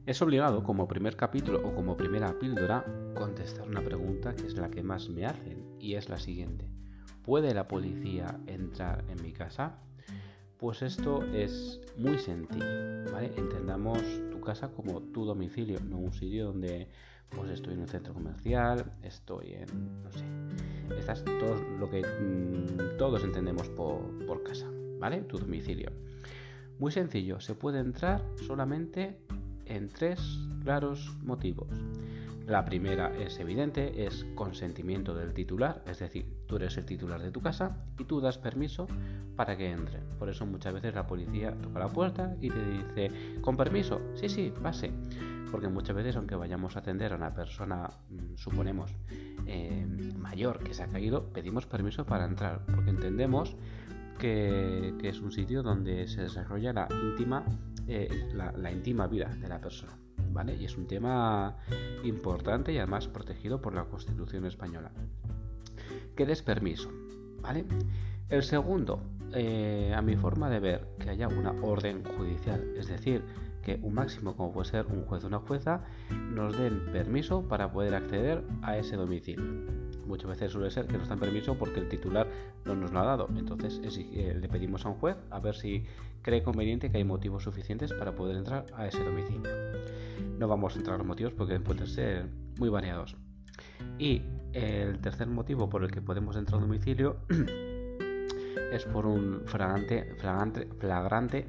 Es obligado, como primer capítulo o como primera píldora, contestar una pregunta que es la que más me hacen, y es la siguiente: ¿puede la policía entrar en mi casa? Pues esto es muy sencillo, ¿vale? Entendamos tu casa como tu domicilio, no un sitio donde pues estoy en un centro comercial, estoy en, no sé, estás todo lo que todos entendemos por casa, ¿vale? Tu domicilio. Muy sencillo, se puede entrar solamente en 3 claros motivos. La primera es evidente, es consentimiento del titular, es decir, tú eres el titular de tu casa y tú das permiso para que entren. Por eso muchas veces la policía toca la puerta y te dice: ¿con permiso? Sí, pase. Porque muchas veces, aunque vayamos a atender a una persona, suponemos, mayor que se ha caído, pedimos permiso para entrar, porque entendemos que es un sitio donde se desarrolla la íntima vida de la persona, ¿vale? Y es un tema importante y además protegido por la Constitución española. Que des permiso, ¿vale? El segundo, a mi forma de ver, que haya una orden judicial, es decir, que un máximo, como puede ser un juez o una jueza, nos den permiso para poder acceder a ese domicilio. Muchas veces suele ser que nos dan permiso porque el titular no nos lo ha dado. Entonces le pedimos a un juez a ver si cree conveniente que hay motivos suficientes para poder entrar a ese domicilio. No vamos a entrar a los motivos porque pueden ser muy variados. Y el tercer motivo por el que podemos entrar a un domicilio es por un flagrante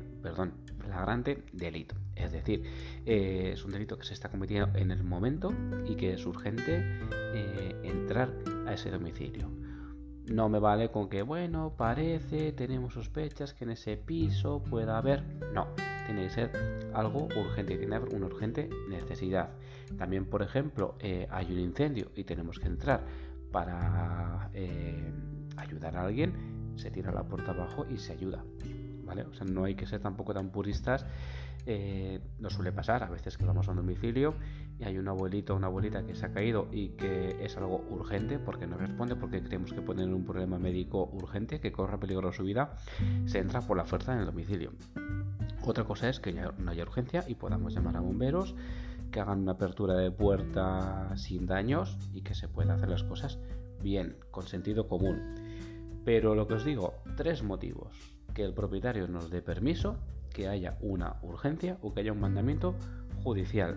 delito. Es decir, es un delito que se está cometiendo en el momento y que es urgente entrar a ese domicilio. No me vale con que, bueno, parece, tenemos sospechas que en ese piso pueda haber. No, tiene que ser algo urgente, tiene que haber una urgente necesidad. También, por ejemplo, hay un incendio y tenemos que entrar para ayudar a alguien, se tira la puerta abajo y se ayuda, ¿vale? O sea, no hay que ser tampoco tan puristas. Nos suele pasar a veces que vamos a un domicilio y hay un abuelito o una abuelita que se ha caído y que es algo urgente porque no responde, porque creemos que puede tener un problema médico urgente que corre peligro su vida. Se entra por la fuerza en el domicilio. Otra cosa es que no haya urgencia y podamos llamar a bomberos, que hagan una apertura de puerta sin daños y que se puedan hacer las cosas bien, con sentido común. Pero lo que os digo, 3 motivos: que el propietario nos dé permiso, que haya una urgencia o que haya un mandamiento judicial.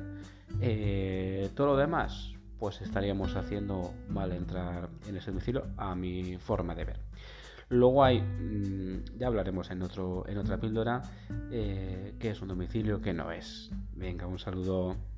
Todo lo demás, pues estaríamos haciendo mal entrar en ese domicilio, a mi forma de ver. Luego hay, ya hablaremos en otra píldora, qué es un domicilio, qué no es. Venga, un saludo.